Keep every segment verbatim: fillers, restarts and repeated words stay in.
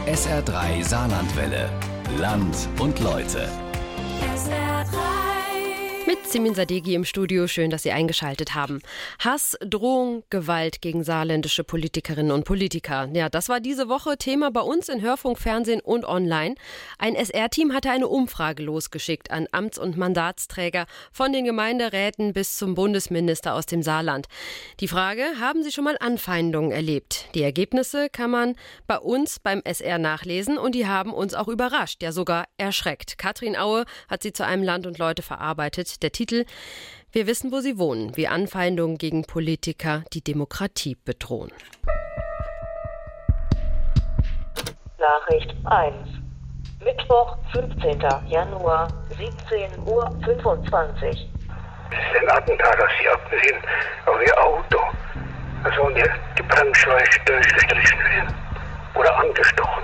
S R drei Saarlandwelle. Land und Leute. S R drei. Mit Simin Sadeghi im Studio, schön, dass Sie eingeschaltet haben. Hass, Drohung, Gewalt gegen saarländische Politikerinnen und Politiker. Ja, das war diese Woche Thema bei uns in Hörfunk, Fernsehen und online. Ein S R-Team hatte eine Umfrage losgeschickt an Amts- und Mandatsträger von den Gemeinderäten bis zum Bundesminister aus dem Saarland. Die Frage, haben Sie schon mal Anfeindungen erlebt? Die Ergebnisse kann man bei uns beim S R nachlesen und die haben uns auch überrascht, ja sogar erschreckt. Katrin Aue hat sie zu einem Land und Leute verarbeitet. Der Titel: Wir wissen, wo Sie wohnen, wie Anfeindungen gegen Politiker die Demokratie bedrohen. Nachricht eins. Mittwoch, fünfzehnten Januar, siebzehn Uhr fünfundzwanzig. Das ist ein Attentat, das Sie abgesehen auf Ihr Auto. Also und die, die Bremsschläuche durchgestrichen werden. Oder angestochen.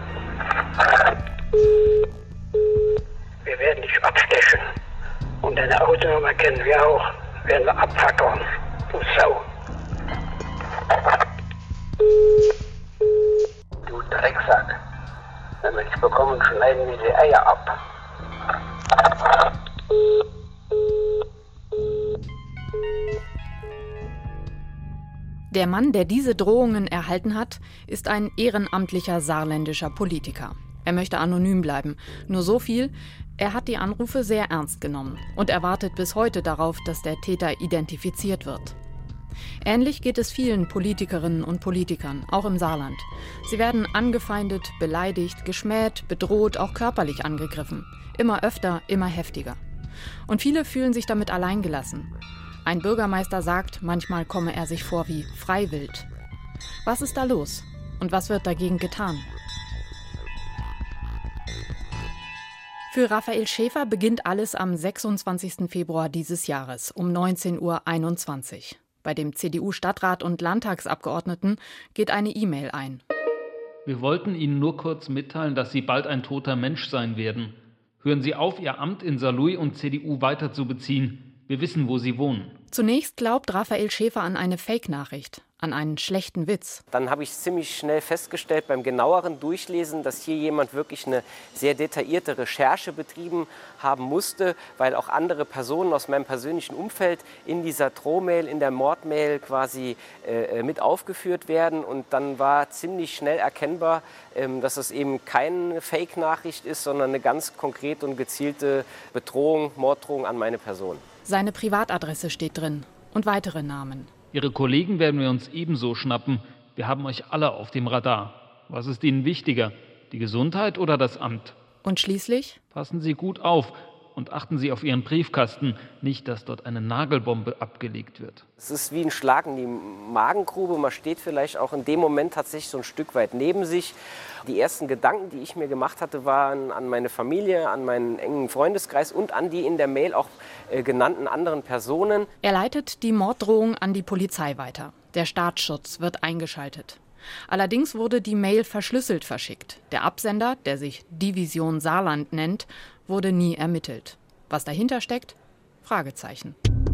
Wir werden dich abstechen. Und deine Autonummer kennen wir auch. Werden wir abfackeln. Du Sau. Du Drecksack. Wenn wir dich bekommen, schneiden wir die Eier ab. Der Mann, der diese Drohungen erhalten hat, ist ein ehrenamtlicher saarländischer Politiker. Er möchte anonym bleiben. Nur so viel: Er hat die Anrufe sehr ernst genommen und erwartet bis heute darauf, dass der Täter identifiziert wird. Ähnlich geht es vielen Politikerinnen und Politikern, auch im Saarland. Sie werden angefeindet, beleidigt, geschmäht, bedroht, auch körperlich angegriffen. Immer öfter, immer heftiger. Und viele fühlen sich damit alleingelassen. Ein Bürgermeister sagt, manchmal komme er sich vor wie Freiwild. Was ist da los? Und was wird dagegen getan? Für Raphael Schäfer beginnt alles am sechsundzwanzigsten Februar dieses Jahres um neunzehn Uhr einundzwanzig. Bei dem C D U-Stadtrat und Landtagsabgeordneten geht eine E-Mail ein. Wir wollten Ihnen nur kurz mitteilen, dass Sie bald ein toter Mensch sein werden. Hören Sie auf, Ihr Amt in Saarlouis und C D U weiterzubeziehen. Wir wissen, wo Sie wohnen. Zunächst glaubt Raphael Schäfer an eine Fake-Nachricht, an einen schlechten Witz. Dann habe ich ziemlich schnell festgestellt beim genaueren Durchlesen, dass hier jemand wirklich eine sehr detaillierte Recherche betrieben haben musste, weil auch andere Personen aus meinem persönlichen Umfeld in dieser Drohmail, in der Mordmail quasi äh, mit aufgeführt werden. Und dann war ziemlich schnell erkennbar, ähm, dass es eben keine Fake-Nachricht ist, sondern eine ganz konkrete und gezielte Bedrohung, Morddrohung an meine Person. Seine Privatadresse steht drin und weitere Namen. Ihre Kollegen werden wir uns ebenso schnappen. Wir haben euch alle auf dem Radar. Was ist Ihnen wichtiger, die Gesundheit oder das Amt? Und schließlich? Passen Sie gut auf und achten Sie auf Ihren Briefkasten, nicht, dass dort eine Nagelbombe abgelegt wird. Es ist wie ein Schlag in die Magengrube. Man steht vielleicht auch in dem Moment tatsächlich so ein Stück weit neben sich. Die ersten Gedanken, die ich mir gemacht hatte, waren an meine Familie, an meinen engen Freundeskreis und an die in der Mail auch äh, genannten anderen Personen. Er leitet die Morddrohung an die Polizei weiter. Der Staatsschutz wird eingeschaltet. Allerdings wurde die Mail verschlüsselt verschickt. Der Absender, der sich Division Saarland nennt, wurde nie ermittelt. Was dahinter steckt? Fragezeichen.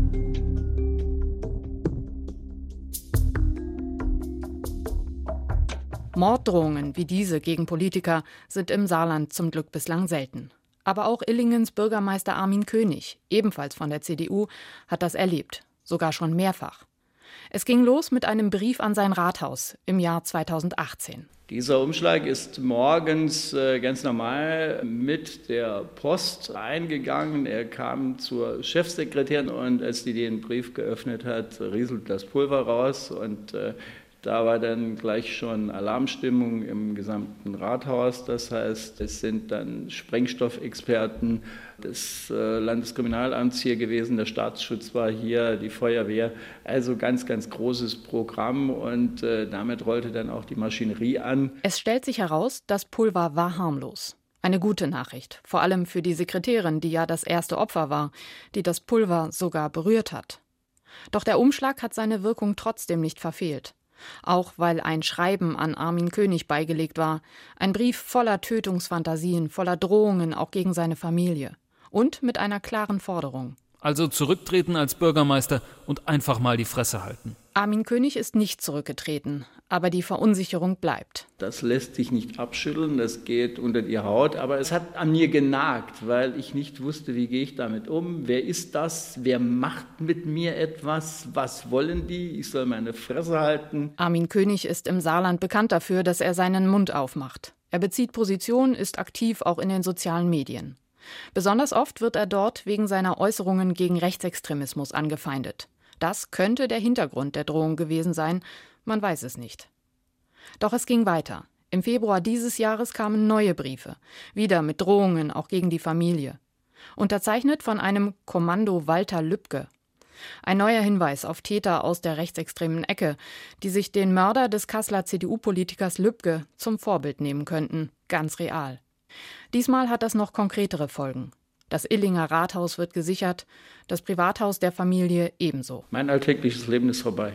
Morddrohungen wie diese gegen Politiker sind im Saarland zum Glück bislang selten. Aber auch Illingens Bürgermeister Armin König, ebenfalls von der C D U, hat das erlebt. Sogar schon mehrfach. Es ging los mit einem Brief an sein Rathaus im Jahr zweitausendachtzehn. Dieser Umschlag ist morgens äh, ganz normal mit der Post eingegangen. Er kam zur Chefsekretärin und als die den Brief geöffnet hat, rieselt das Pulver raus und äh, da war dann gleich schon Alarmstimmung im gesamten Rathaus. Das heißt, es sind dann Sprengstoffexperten des äh, Landeskriminalamts hier gewesen, der Staatsschutz war hier, die Feuerwehr. Also ganz, ganz großes Programm und äh, damit rollte dann auch die Maschinerie an. Es stellt sich heraus, das Pulver war harmlos. Eine gute Nachricht, vor allem für die Sekretärin, die ja das erste Opfer war, die das Pulver sogar berührt hat. Doch der Umschlag hat seine Wirkung trotzdem nicht verfehlt. Auch weil ein Schreiben an Armin König beigelegt war. Ein Brief voller Tötungsfantasien, voller Drohungen, auch gegen seine Familie. Und mit einer klaren Forderung: Also zurücktreten als Bürgermeister und einfach mal die Fresse halten. Armin König ist nicht zurückgetreten, aber die Verunsicherung bleibt. Das lässt sich nicht abschütteln, das geht unter die Haut, aber es hat an mir genagt, weil ich nicht wusste, wie gehe ich damit um, wer ist das, wer macht mit mir etwas, was wollen die, ich soll meine Fresse halten. Armin König ist im Saarland bekannt dafür, dass er seinen Mund aufmacht. Er bezieht Position, ist aktiv auch in den sozialen Medien. Besonders oft wird er dort wegen seiner Äußerungen gegen Rechtsextremismus angefeindet. Das könnte der Hintergrund der Drohung gewesen sein, man weiß es nicht. Doch es ging weiter. Im Februar dieses Jahres kamen neue Briefe, wieder mit Drohungen auch gegen die Familie. Unterzeichnet von einem Kommando Walter Lübcke. Ein neuer Hinweis auf Täter aus der rechtsextremen Ecke, die sich den Mörder des Kasseler C D U-Politikers Lübcke zum Vorbild nehmen könnten, ganz real. Diesmal hat das noch konkretere Folgen. Das Illinger Rathaus wird gesichert, das Privathaus der Familie ebenso. Mein alltägliches Leben ist vorbei.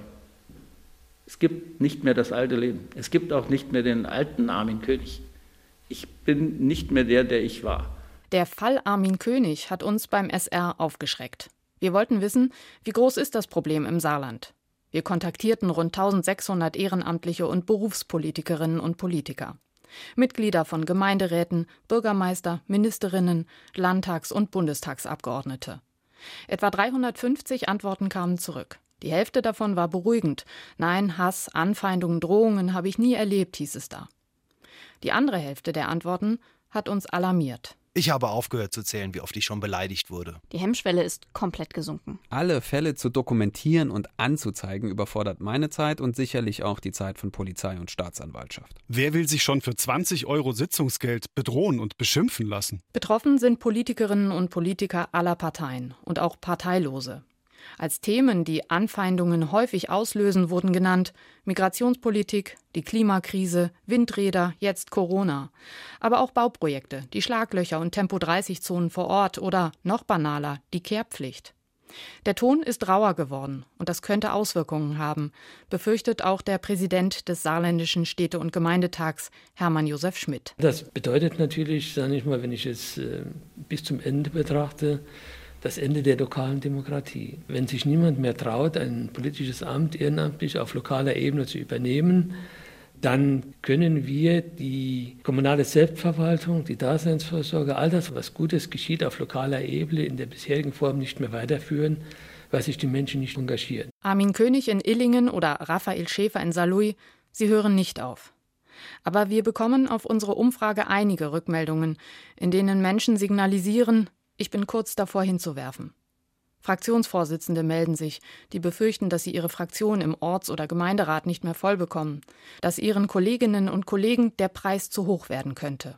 Es gibt nicht mehr das alte Leben. Es gibt auch nicht mehr den alten Armin König. Ich bin nicht mehr der, der ich war. Der Fall Armin König hat uns beim S R aufgeschreckt. Wir wollten wissen, wie groß ist das Problem im Saarland? Wir kontaktierten rund eintausendsechshundert Ehrenamtliche und Berufspolitikerinnen und Politiker. Mitglieder von Gemeinderäten, Bürgermeister, Ministerinnen, Landtags- und Bundestagsabgeordnete. Etwa dreihundertfünfzig Antworten kamen zurück. Die Hälfte davon war beruhigend. Nein, Hass, Anfeindungen, Drohungen habe ich nie erlebt, hieß es da. Die andere Hälfte der Antworten hat uns alarmiert. Ich habe aufgehört zu zählen, wie oft ich schon beleidigt wurde. Die Hemmschwelle ist komplett gesunken. Alle Fälle zu dokumentieren und anzuzeigen überfordert meine Zeit und sicherlich auch die Zeit von Polizei und Staatsanwaltschaft. Wer will sich schon für zwanzig Euro Sitzungsgeld bedrohen und beschimpfen lassen? Betroffen sind Politikerinnen und Politiker aller Parteien und auch Parteilose. Als Themen, die Anfeindungen häufig auslösen, wurden genannt Migrationspolitik, die Klimakrise, Windräder, jetzt Corona. Aber auch Bauprojekte, die Schlaglöcher und Tempo dreißig Zonen vor Ort oder, noch banaler, die Kehrpflicht. Der Ton ist rauer geworden und das könnte Auswirkungen haben, befürchtet auch der Präsident des Saarländischen Städte- und Gemeindetags, Hermann Josef Schmidt. Das bedeutet natürlich, sage ich mal, wenn ich es äh, bis zum Ende betrachte, das Ende der lokalen Demokratie. Wenn sich niemand mehr traut, ein politisches Amt ehrenamtlich auf lokaler Ebene zu übernehmen, dann können wir die kommunale Selbstverwaltung, die Daseinsvorsorge, all das, was Gutes geschieht auf lokaler Ebene, in der bisherigen Form nicht mehr weiterführen, weil sich die Menschen nicht engagieren. Armin König in Illingen oder Raphael Schäfer in Saarlouis, sie hören nicht auf. Aber wir bekommen auf unsere Umfrage einige Rückmeldungen, in denen Menschen signalisieren, ich bin kurz davor hinzuwerfen. Fraktionsvorsitzende melden sich, die befürchten, dass sie ihre Fraktion im Orts- oder Gemeinderat nicht mehr voll bekommen, dass ihren Kolleginnen und Kollegen der Preis zu hoch werden könnte.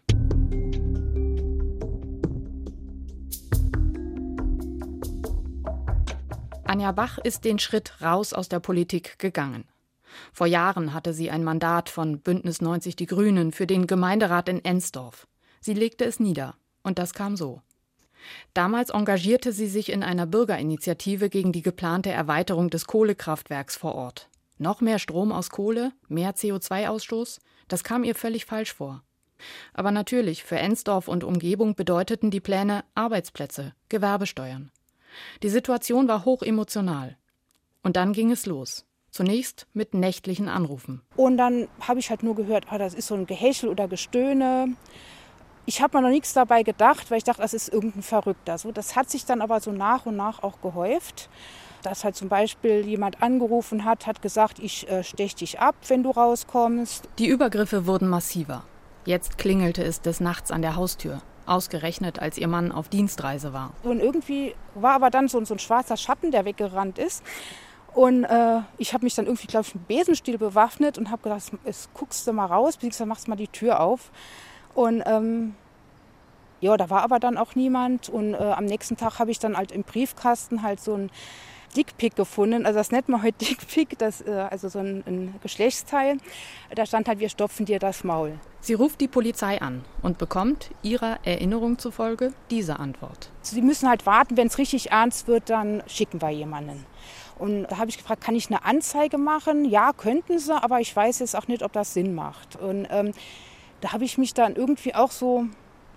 Anja Bach ist den Schritt raus aus der Politik gegangen. Vor Jahren hatte sie ein Mandat von Bündnis neunzig Die Grünen für den Gemeinderat in Ensdorf. Sie legte es nieder und das kam so. Damals engagierte sie sich in einer Bürgerinitiative gegen die geplante Erweiterung des Kohlekraftwerks vor Ort. Noch mehr Strom aus Kohle, mehr C O zwei Ausstoß, das kam ihr völlig falsch vor. Aber natürlich, für Ensdorf und Umgebung bedeuteten die Pläne Arbeitsplätze, Gewerbesteuern. Die Situation war hochemotional. Und dann ging es los. Zunächst mit nächtlichen Anrufen. Und dann habe ich halt nur gehört, ah, das ist so ein Gehäschel oder Gestöhne. Ich habe mir noch nichts dabei gedacht, weil ich dachte, das ist irgendein Verrückter. So, das hat sich dann aber so nach und nach auch gehäuft. Dass halt zum Beispiel jemand angerufen hat, hat gesagt, ich äh, stech dich ab, wenn du rauskommst. Die Übergriffe wurden massiver. Jetzt klingelte es des Nachts an der Haustür. Ausgerechnet, als ihr Mann auf Dienstreise war. Und irgendwie war aber dann so, so ein schwarzer Schatten, der weggerannt ist. Und äh, ich habe mich dann irgendwie, glaube ich, mit einem Besenstiel bewaffnet und habe gedacht, jetzt guckst du mal raus, beziehungsweise machst mal die Tür auf. Und ähm, ja, da war aber dann auch niemand. Und äh, am nächsten Tag habe ich dann halt im Briefkasten halt so ein Dickpick gefunden. Also das nennt man heute Dickpick, das, äh, also so ein, ein Geschlechtsteil. Da stand halt, wir stopfen dir das Maul. Sie ruft die Polizei an und bekommt ihrer Erinnerung zufolge diese Antwort. Sie müssen halt warten, wenn es richtig ernst wird, dann schicken wir jemanden. Und da habe ich gefragt, kann ich eine Anzeige machen? Ja, könnten sie, aber ich weiß jetzt auch nicht, ob das Sinn macht. Und ähm, da habe ich mich dann irgendwie auch so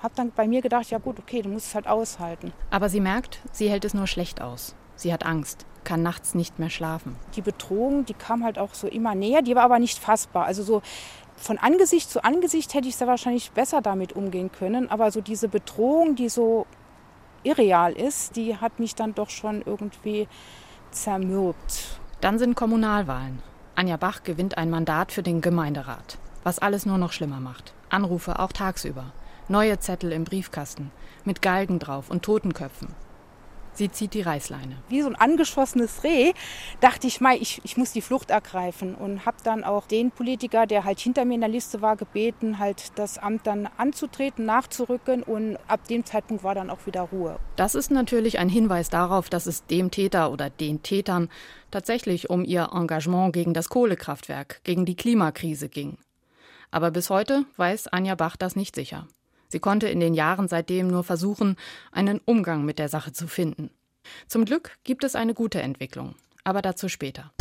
habe dann bei mir gedacht, ja gut, okay, du musst es halt aushalten. Aber sie merkt, sie hält es nur schlecht aus. Sie hat Angst, kann nachts nicht mehr schlafen. Die Bedrohung, die kam halt auch so immer näher, die war aber nicht fassbar. Also so von Angesicht zu Angesicht hätte ich da wahrscheinlich besser damit umgehen können. Aber so diese Bedrohung, die so irreal ist, die hat mich dann doch schon irgendwie zermürbt. Dann sind Kommunalwahlen. Anja Bach gewinnt ein Mandat für den Gemeinderat. Was alles nur noch schlimmer macht. Anrufe auch tagsüber. Neue Zettel im Briefkasten. Mit Galgen drauf und Totenköpfen. Sie zieht die Reißleine. Wie so ein angeschossenes Reh dachte ich, mei, ich, ich muss die Flucht ergreifen. Und habe dann auch den Politiker, der halt hinter mir in der Liste war, gebeten, halt das Amt dann anzutreten, nachzurücken. Und ab dem Zeitpunkt war dann auch wieder Ruhe. Das ist natürlich ein Hinweis darauf, dass es dem Täter oder den Tätern tatsächlich um ihr Engagement gegen das Kohlekraftwerk, gegen die Klimakrise ging. Aber bis heute weiß Anja Bach das nicht sicher. Sie konnte in den Jahren seitdem nur versuchen, einen Umgang mit der Sache zu finden. Zum Glück gibt es eine gute Entwicklung, aber dazu später.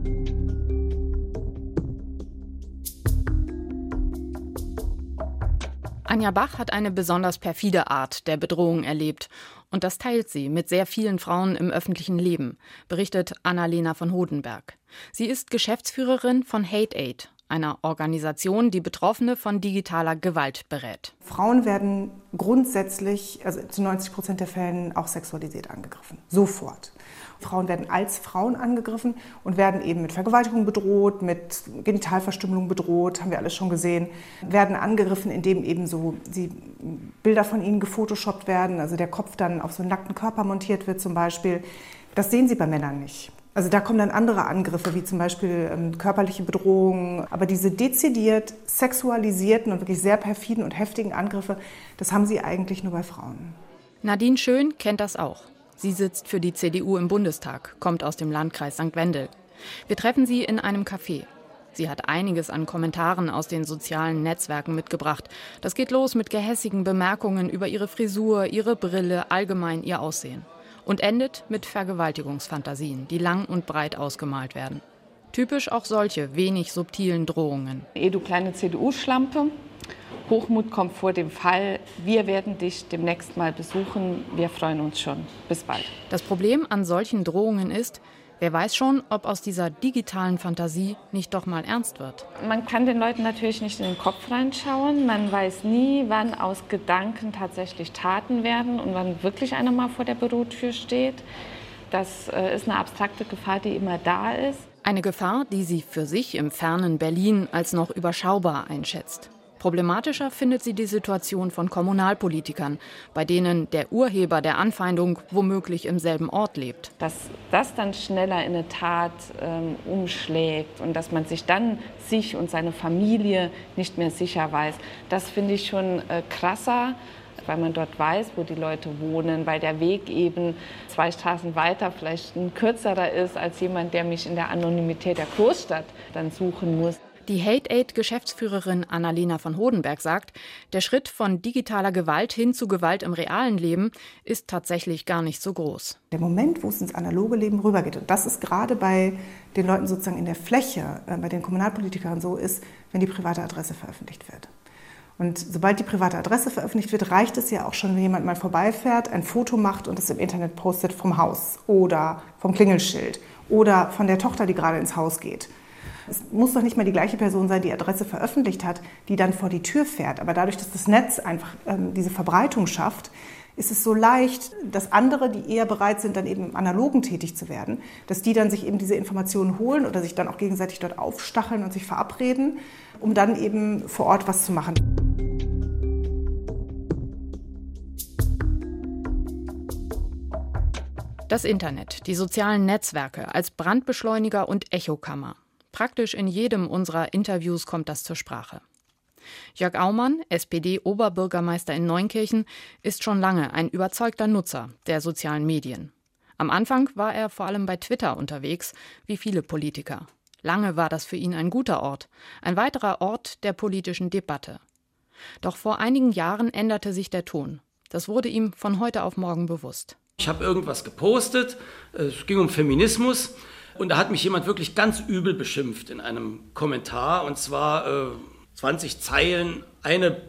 Anja Bach hat eine besonders perfide Art der Bedrohung erlebt. Und das teilt sie mit sehr vielen Frauen im öffentlichen Leben, berichtet Annalena von Hodenberg. Sie ist Geschäftsführerin von Hate Aid, einer Organisation, die Betroffene von digitaler Gewalt berät. Frauen werden grundsätzlich, also zu neunzig Prozent der Fällen, auch sexualisiert angegriffen. Sofort. Frauen werden als Frauen angegriffen und werden eben mit Vergewaltigung bedroht, mit Genitalverstümmelung bedroht, haben wir alles schon gesehen, werden angegriffen, indem eben so sie Bilder von ihnen gefotoshoppt werden, also der Kopf dann auf so einen nackten Körper montiert wird zum Beispiel. Das sehen sie bei Männern nicht. Also da kommen dann andere Angriffe, wie zum Beispiel ähm, körperliche Bedrohungen. Aber diese dezidiert sexualisierten und wirklich sehr perfiden und heftigen Angriffe, das haben sie eigentlich nur bei Frauen. Nadine Schön kennt das auch. Sie sitzt für die C D U im Bundestag, kommt aus dem Landkreis Sankt Wendel. Wir treffen sie in einem Café. Sie hat einiges an Kommentaren aus den sozialen Netzwerken mitgebracht. Das geht los mit gehässigen Bemerkungen über ihre Frisur, ihre Brille, allgemein ihr Aussehen. Und endet mit Vergewaltigungsfantasien, die lang und breit ausgemalt werden. Typisch auch solche wenig subtilen Drohungen. Eh, du kleine C D U-Schlampe, Hochmut kommt vor dem Fall. Wir werden dich demnächst mal besuchen. Wir freuen uns schon. Bis bald. Das Problem an solchen Drohungen ist, wer weiß schon, ob aus dieser digitalen Fantasie nicht doch mal ernst wird. Man kann den Leuten natürlich nicht in den Kopf reinschauen. Man weiß nie, wann aus Gedanken tatsächlich Taten werden und wann wirklich einer mal vor der Bürotür steht. Das äh, ist eine abstrakte Gefahr, die immer da ist. Eine Gefahr, die sie für sich im fernen Berlin als noch überschaubar einschätzt. Problematischer findet sie die Situation von Kommunalpolitikern, bei denen der Urheber der Anfeindung womöglich im selben Ort lebt. Dass das dann schneller in eine Tat ähm, umschlägt und dass man sich dann sich und seine Familie nicht mehr sicher weiß, das finde ich schon äh, krasser, weil man dort weiß, wo die Leute wohnen, weil der Weg eben zwei Straßen weiter vielleicht ein kürzerer ist als jemand, der mich in der Anonymität der Großstadt dann suchen muss. Die Hate Aid-Geschäftsführerin Annalena von Hodenberg sagt, der Schritt von digitaler Gewalt hin zu Gewalt im realen Leben ist tatsächlich gar nicht so groß. Der Moment, wo es ins analoge Leben rübergeht, und das ist gerade bei den Leuten sozusagen in der Fläche, äh, bei den Kommunalpolitikern so ist, wenn die private Adresse veröffentlicht wird. Und sobald die private Adresse veröffentlicht wird, reicht es ja auch schon, wenn jemand mal vorbeifährt, ein Foto macht und es im Internet postet vom Haus oder vom Klingelschild oder von der Tochter, die gerade ins Haus geht. Es muss doch nicht mal die gleiche Person sein, die Adresse veröffentlicht hat, die dann vor die Tür fährt. Aber dadurch, dass das Netz einfach ähm, diese Verbreitung schafft, ist es so leicht, dass andere, die eher bereit sind, dann eben im Analogen tätig zu werden, dass die dann sich eben diese Informationen holen oder sich dann auch gegenseitig dort aufstacheln und sich verabreden, um dann eben vor Ort was zu machen. Das Internet, die sozialen Netzwerke als Brandbeschleuniger und Echokammer. Praktisch in jedem unserer Interviews kommt das zur Sprache. Jörg Aumann, S P D-Oberbürgermeister in Neunkirchen, ist schon lange ein überzeugter Nutzer der sozialen Medien. Am Anfang war er vor allem bei Twitter unterwegs, wie viele Politiker. Lange war das für ihn ein guter Ort, ein weiterer Ort der politischen Debatte. Doch vor einigen Jahren änderte sich der Ton. Das wurde ihm von heute auf morgen bewusst. Ich habe irgendwas gepostet, es ging um Feminismus. Und da hat mich jemand wirklich ganz übel beschimpft in einem Kommentar. Und zwar äh, zwanzig Zeilen, eine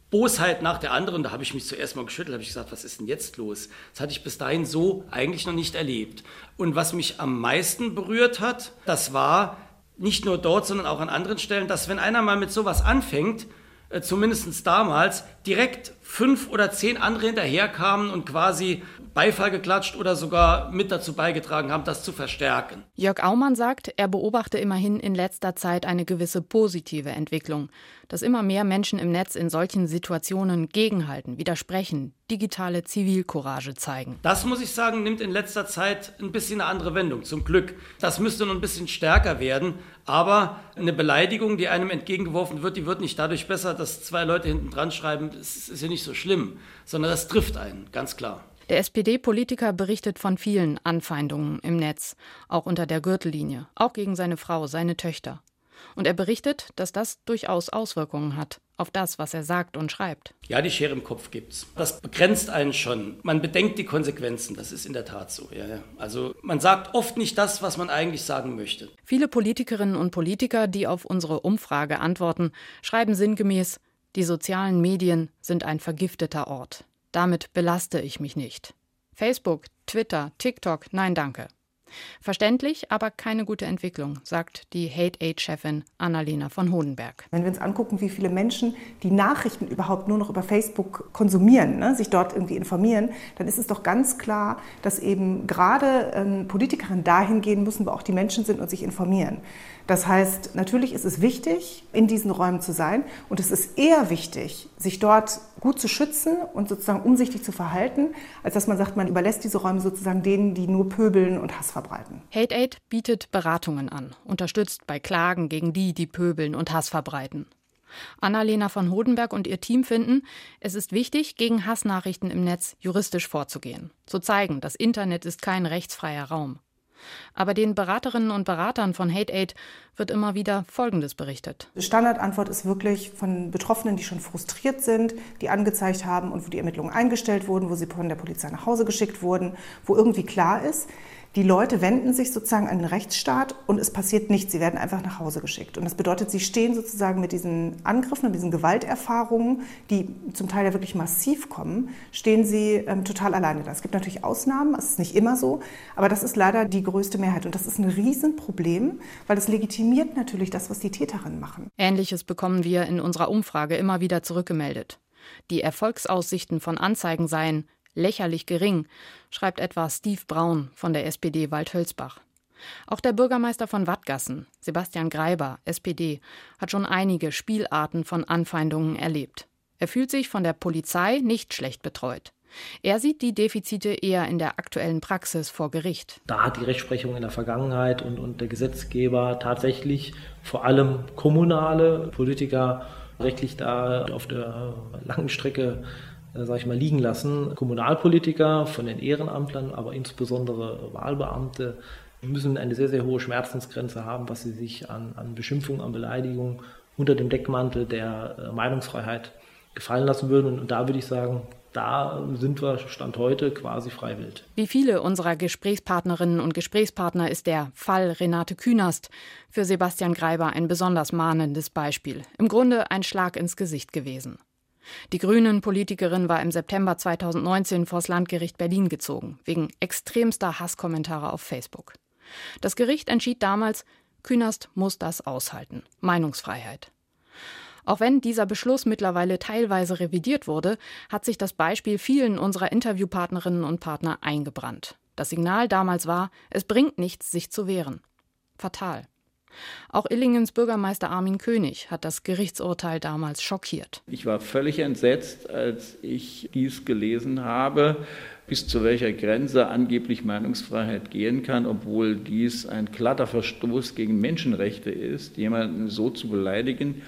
Bosheit nach der anderen. Da habe ich mich zuerst mal geschüttelt, habe ich gesagt, was ist denn jetzt los? Das hatte ich bis dahin so eigentlich noch nicht erlebt. Und was mich am meisten berührt hat, das war nicht nur dort, sondern auch an anderen Stellen, dass wenn einer mal mit sowas anfängt, äh, zumindest damals, direkt fünf oder zehn andere hinterherkamen und quasi Beifall geklatscht oder sogar mit dazu beigetragen haben, das zu verstärken. Jörg Aumann sagt, er beobachte immerhin in letzter Zeit eine gewisse positive Entwicklung, dass immer mehr Menschen im Netz in solchen Situationen gegenhalten, widersprechen, digitale Zivilcourage zeigen. Das, muss ich sagen, nimmt in letzter Zeit ein bisschen eine andere Wendung, zum Glück. Das müsste noch ein bisschen stärker werden, aber eine Beleidigung, die einem entgegengeworfen wird, die wird nicht dadurch besser, dass zwei Leute hinten dran schreiben, es ist ja nicht so schlimm, sondern das trifft einen, ganz klar. Der S P D-Politiker berichtet von vielen Anfeindungen im Netz, auch unter der Gürtellinie, auch gegen seine Frau, seine Töchter. Und er berichtet, dass das durchaus Auswirkungen hat auf das, was er sagt und schreibt. Ja, die Schere im Kopf gibt's. Das begrenzt einen schon. Man bedenkt die Konsequenzen, das ist in der Tat so. Ja, ja. Also man sagt oft nicht das, was man eigentlich sagen möchte. Viele Politikerinnen und Politiker, die auf unsere Umfrage antworten, schreiben sinngemäß, die sozialen Medien sind ein vergifteter Ort. Damit belaste ich mich nicht. Facebook, Twitter, TikTok, nein danke. Verständlich, aber keine gute Entwicklung, sagt die Hate-Aid-Chefin Annalena von Hodenberg. Wenn wir uns angucken, wie viele Menschen die Nachrichten überhaupt nur noch über Facebook konsumieren, ne, sich dort irgendwie informieren, dann ist es doch ganz klar, dass eben gerade ähm, Politikerinnen dahin gehen müssen, wo auch die Menschen sind und sich informieren. Das heißt, natürlich ist es wichtig, in diesen Räumen zu sein und es ist eher wichtig, sich dort gut zu schützen und sozusagen umsichtig zu verhalten, als dass man sagt, man überlässt diese Räume sozusagen denen, die nur pöbeln und Hass verbreiten. Hate-Aid bietet Beratungen an, unterstützt bei Klagen gegen die, die pöbeln und Hass verbreiten. Annalena von Hodenberg und ihr Team finden, es ist wichtig, gegen Hassnachrichten im Netz juristisch vorzugehen, zu zeigen, das Internet ist kein rechtsfreier Raum. Aber den Beraterinnen und Beratern von Hate-Aid wird immer wieder Folgendes berichtet. Die Standardantwort ist wirklich von Betroffenen, die schon frustriert sind, die angezeigt haben und wo die Ermittlungen eingestellt wurden, wo sie von der Polizei nach Hause geschickt wurden, wo irgendwie klar ist, die Leute wenden sich sozusagen an den Rechtsstaat und es passiert nichts. Sie werden einfach nach Hause geschickt. Und das bedeutet, sie stehen sozusagen mit diesen Angriffen und diesen Gewalterfahrungen, die zum Teil ja wirklich massiv kommen, stehen sie ähm, total alleine da. Es gibt natürlich Ausnahmen, es ist nicht immer so, aber das ist leider die größte Mehrheit. Und das ist ein Riesenproblem, weil es legitimiert natürlich das, was die Täterinnen machen. Ähnliches bekommen wir in unserer Umfrage immer wieder zurückgemeldet. Die Erfolgsaussichten von Anzeigen seien lächerlich gering, schreibt etwa Steve Braun von der S P D Waldhölzbach. Auch der Bürgermeister von Wattgassen, Sebastian Greiber, S P D, hat schon einige Spielarten von Anfeindungen erlebt. Er fühlt sich von der Polizei nicht schlecht betreut. Er sieht die Defizite eher in der aktuellen Praxis vor Gericht. Da hat die Rechtsprechung in der Vergangenheit und, und der Gesetzgeber tatsächlich vor allem kommunale Politiker rechtlich da auf der langen Strecke sag ich mal, liegen lassen. Kommunalpolitiker von den Ehrenamtlern, aber insbesondere Wahlbeamte müssen eine sehr, sehr hohe Schmerzensgrenze haben, was sie sich an, an Beschimpfung, an Beleidigung unter dem Deckmantel der Meinungsfreiheit gefallen lassen würden. Und da würde ich sagen, da sind wir Stand heute quasi freiwillig. Wie viele unserer Gesprächspartnerinnen und Gesprächspartner ist der Fall Renate Künast für Sebastian Greiber ein besonders mahnendes Beispiel. Im Grunde ein Schlag ins Gesicht gewesen. Die Grünen-Politikerin war im September zweitausendneunzehn vors Landgericht Berlin gezogen, wegen extremster Hasskommentare auf Facebook. Das Gericht entschied damals, Künast muss das aushalten. Meinungsfreiheit. Auch wenn dieser Beschluss mittlerweile teilweise revidiert wurde, hat sich das Beispiel vielen unserer Interviewpartnerinnen und Partner eingebrannt. Das Signal damals war, es bringt nichts, sich zu wehren. Fatal. Auch Illingens Bürgermeister Armin König hat das Gerichtsurteil damals schockiert. Ich war völlig entsetzt, als ich dies gelesen habe, bis zu welcher Grenze angeblich Meinungsfreiheit gehen kann, obwohl dies ein glatter Verstoß gegen Menschenrechte ist, jemanden so zu beleidigen.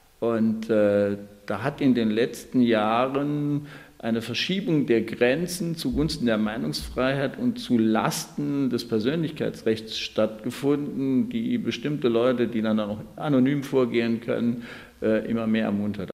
Und äh, da hat in den letzten Jahren eine Verschiebung der Grenzen zugunsten der Meinungsfreiheit und zu Lasten des Persönlichkeitsrechts stattgefunden, die bestimmte Leute, die dann auch anonym vorgehen können, äh, immer mehr ermuntert.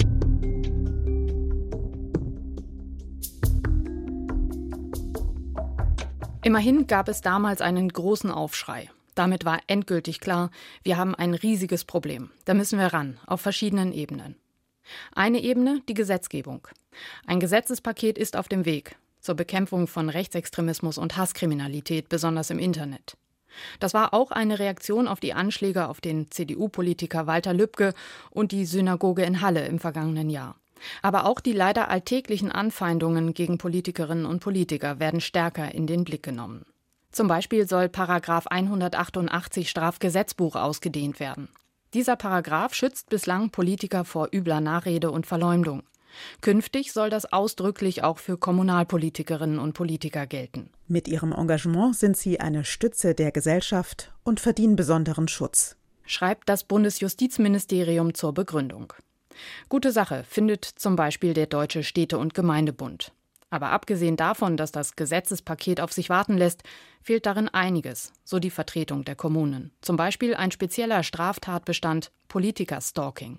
Immerhin gab es damals einen großen Aufschrei. Damit war endgültig klar, wir haben ein riesiges Problem. Da müssen wir ran, auf verschiedenen Ebenen. Eine Ebene, die Gesetzgebung. Ein Gesetzespaket ist auf dem Weg zur Bekämpfung von Rechtsextremismus und Hasskriminalität, besonders im Internet. Das war auch eine Reaktion auf die Anschläge auf den C D U-Politiker Walter Lübcke und die Synagoge in Halle im vergangenen Jahr. Aber auch die leider alltäglichen Anfeindungen gegen Politikerinnen und Politiker werden stärker in den Blick genommen. Zum Beispiel soll Paragraph hundertachtundachtzig Strafgesetzbuch ausgedehnt werden. Dieser Paragraph schützt bislang Politiker vor übler Nachrede und Verleumdung. Künftig soll das ausdrücklich auch für Kommunalpolitikerinnen und Politiker gelten. Mit ihrem Engagement sind sie eine Stütze der Gesellschaft und verdienen besonderen Schutz, schreibt das Bundesjustizministerium zur Begründung. Gute Sache findet zum Beispiel der Deutsche Städte- und Gemeindebund. Aber abgesehen davon, dass das Gesetzespaket auf sich warten lässt, fehlt darin einiges, so die Vertretung der Kommunen. Zum Beispiel ein spezieller Straftatbestand Politikerstalking.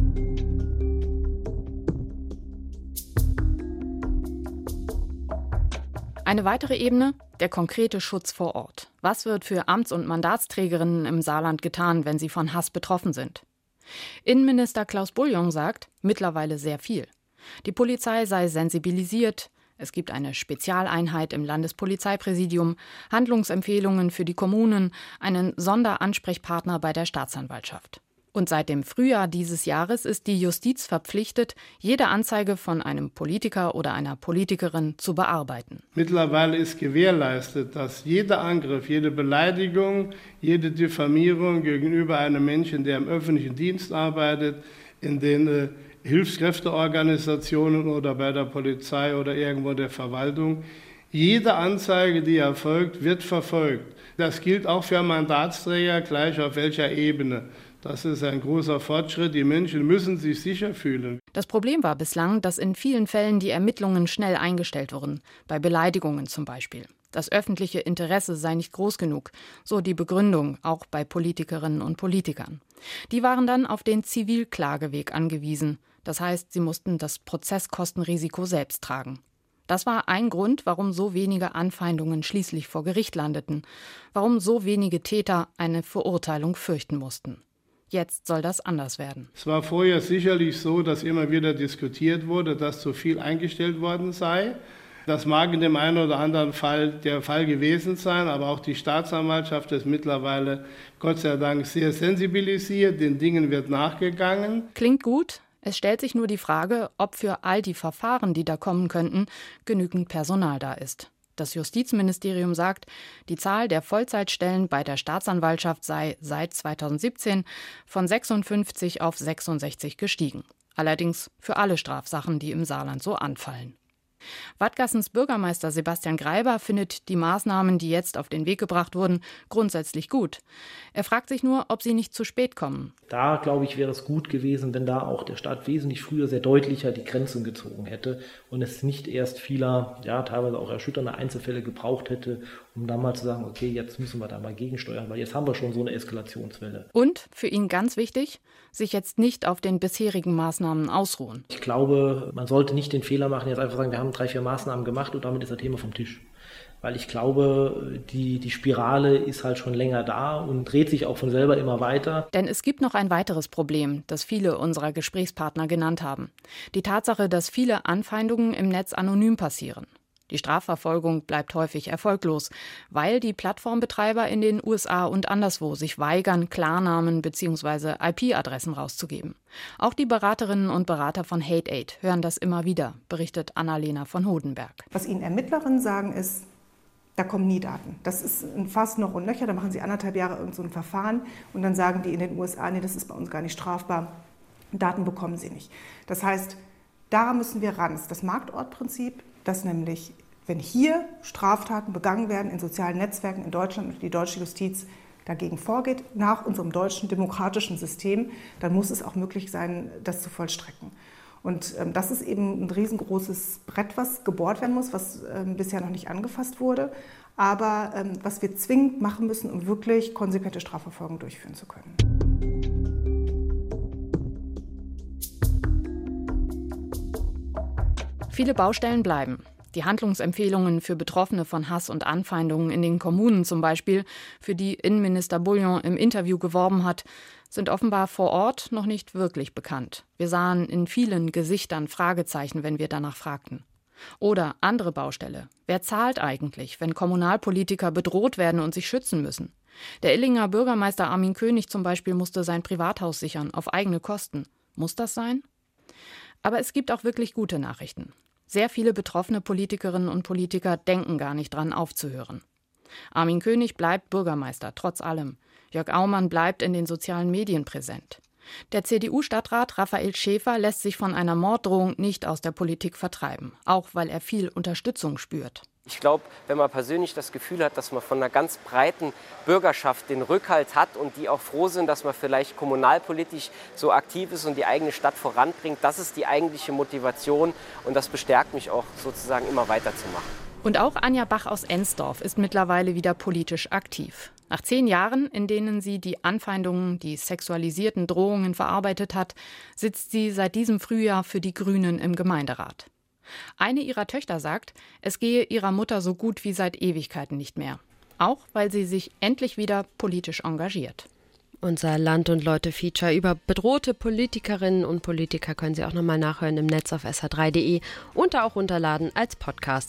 Eine weitere Ebene, der konkrete Schutz vor Ort. Was wird für Amts- und Mandatsträgerinnen im Saarland getan, wenn sie von Hass betroffen sind? Innenminister Klaus Bouillon sagt, mittlerweile sehr viel. Die Polizei sei sensibilisiert, es gibt eine Spezialeinheit im Landespolizeipräsidium, Handlungsempfehlungen für die Kommunen, einen Sonderansprechpartner bei der Staatsanwaltschaft. Und seit dem Frühjahr dieses Jahres ist die Justiz verpflichtet, jede Anzeige von einem Politiker oder einer Politikerin zu bearbeiten. Mittlerweile ist gewährleistet, dass jeder Angriff, jede Beleidigung, jede Diffamierung gegenüber einem Menschen, der im öffentlichen Dienst arbeitet, in den äh, Hilfskräfteorganisationen oder bei der Polizei oder irgendwo der Verwaltung, jede Anzeige, die erfolgt, wird verfolgt. Das gilt auch für Mandatsträger, gleich auf welcher Ebene. Das ist ein großer Fortschritt. Die Menschen müssen sich sicher fühlen. Das Problem war bislang, dass in vielen Fällen die Ermittlungen schnell eingestellt wurden, bei Beleidigungen zum Beispiel. Das öffentliche Interesse sei nicht groß genug, so die Begründung, auch bei Politikerinnen und Politikern. Die waren dann auf den Zivilklageweg angewiesen. Das heißt, sie mussten das Prozesskostenrisiko selbst tragen. Das war ein Grund, warum so wenige Anfeindungen schließlich vor Gericht landeten, warum so wenige Täter eine Verurteilung fürchten mussten. Jetzt soll das anders werden. Es war vorher sicherlich so, dass immer wieder diskutiert wurde, dass zu viel eingestellt worden sei. Das mag in dem einen oder anderen Fall der Fall gewesen sein, aber auch die Staatsanwaltschaft ist mittlerweile, Gott sei Dank, sehr sensibilisiert. Den Dingen wird nachgegangen. Klingt gut. Es stellt sich nur die Frage, ob für all die Verfahren, die da kommen könnten, genügend Personal da ist. Das Justizministerium sagt, die Zahl der Vollzeitstellen bei der Staatsanwaltschaft sei seit zweitausendsiebzehn von sechsundfünfzig auf sechsundsechzig gestiegen. Allerdings für alle Strafsachen, die im Saarland so anfallen. Wadgassens Bürgermeister Sebastian Greiber findet die Maßnahmen, die jetzt auf den Weg gebracht wurden, grundsätzlich gut. Er fragt sich nur, ob sie nicht zu spät kommen. Da, glaube ich, wäre es gut gewesen, wenn da auch der Staat wesentlich früher sehr deutlicher die Grenzen gezogen hätte und es nicht erst vieler, ja, teilweise auch erschütternde Einzelfälle gebraucht hätte, um dann mal zu sagen, okay, jetzt müssen wir da mal gegensteuern, weil jetzt haben wir schon so eine Eskalationswelle. Und, für ihn ganz wichtig, sich jetzt nicht auf den bisherigen Maßnahmen ausruhen. Ich glaube, man sollte nicht den Fehler machen, jetzt einfach sagen, wir haben drei, vier Maßnahmen gemacht und damit ist das Thema vom Tisch. Weil ich glaube, die, die Spirale ist halt schon länger da und dreht sich auch von selber immer weiter. Denn es gibt noch ein weiteres Problem, das viele unserer Gesprächspartner genannt haben. Die Tatsache, dass viele Anfeindungen im Netz anonym passieren. Die Strafverfolgung bleibt häufig erfolglos, weil die Plattformbetreiber in den U S A und anderswo sich weigern, Klarnamen bzw. I P-Adressen rauszugeben. Auch die Beraterinnen und Berater von Hate Aid hören das immer wieder, berichtet Annalena von Hodenberg. Was Ihnen Ermittlerinnen sagen ist, da kommen nie Daten. Das ist ein Fass noch und Nöcher, da machen sie anderthalb Jahre irgend so ein Verfahren und dann sagen die in den U S A, nee, das ist bei uns gar nicht strafbar, Daten bekommen sie nicht. Das heißt, da müssen wir ran. Das ist das Marktortprinzip, dass nämlich, wenn hier Straftaten begangen werden in sozialen Netzwerken in Deutschland und die deutsche Justiz dagegen vorgeht, nach unserem deutschen demokratischen System, dann muss es auch möglich sein, das zu vollstrecken. Und ähm, das ist eben ein riesengroßes Brett, was gebohrt werden muss, was ähm, bisher noch nicht angefasst wurde, aber ähm, was wir zwingend machen müssen, um wirklich konsequente Strafverfolgung durchführen zu können. Viele Baustellen bleiben. Die Handlungsempfehlungen für Betroffene von Hass und Anfeindungen in den Kommunen zum Beispiel, für die Innenminister Bouillon im Interview geworben hat, sind offenbar vor Ort noch nicht wirklich bekannt. Wir sahen in vielen Gesichtern Fragezeichen, wenn wir danach fragten. Oder andere Baustelle. Wer zahlt eigentlich, wenn Kommunalpolitiker bedroht werden und sich schützen müssen? Der Illinger Bürgermeister Armin König zum Beispiel musste sein Privathaus sichern, auf eigene Kosten. Muss das sein? Aber es gibt auch wirklich gute Nachrichten. Sehr viele betroffene Politikerinnen und Politiker denken gar nicht dran, aufzuhören. Armin König bleibt Bürgermeister, trotz allem. Jörg Aumann bleibt in den sozialen Medien präsent. Der C D U-Stadtrat Raphael Schäfer lässt sich von einer Morddrohung nicht aus der Politik vertreiben, auch weil er viel Unterstützung spürt. Ich glaube, wenn man persönlich das Gefühl hat, dass man von einer ganz breiten Bürgerschaft den Rückhalt hat und die auch froh sind, dass man vielleicht kommunalpolitisch so aktiv ist und die eigene Stadt voranbringt, das ist die eigentliche Motivation und das bestärkt mich auch sozusagen immer weiterzumachen. Und auch Anja Bach aus Ensdorf ist mittlerweile wieder politisch aktiv. Nach zehn Jahren, in denen sie die Anfeindungen, die sexualisierten Drohungen verarbeitet hat, sitzt sie seit diesem Frühjahr für die Grünen im Gemeinderat. Eine ihrer Töchter sagt, es gehe ihrer Mutter so gut wie seit Ewigkeiten nicht mehr. Auch weil sie sich endlich wieder politisch engagiert. Unser Land- und Leute-Feature über bedrohte Politikerinnen und Politiker können Sie auch nochmal nachhören im Netz auf s h drei punkt d e und auch runterladen als Podcast.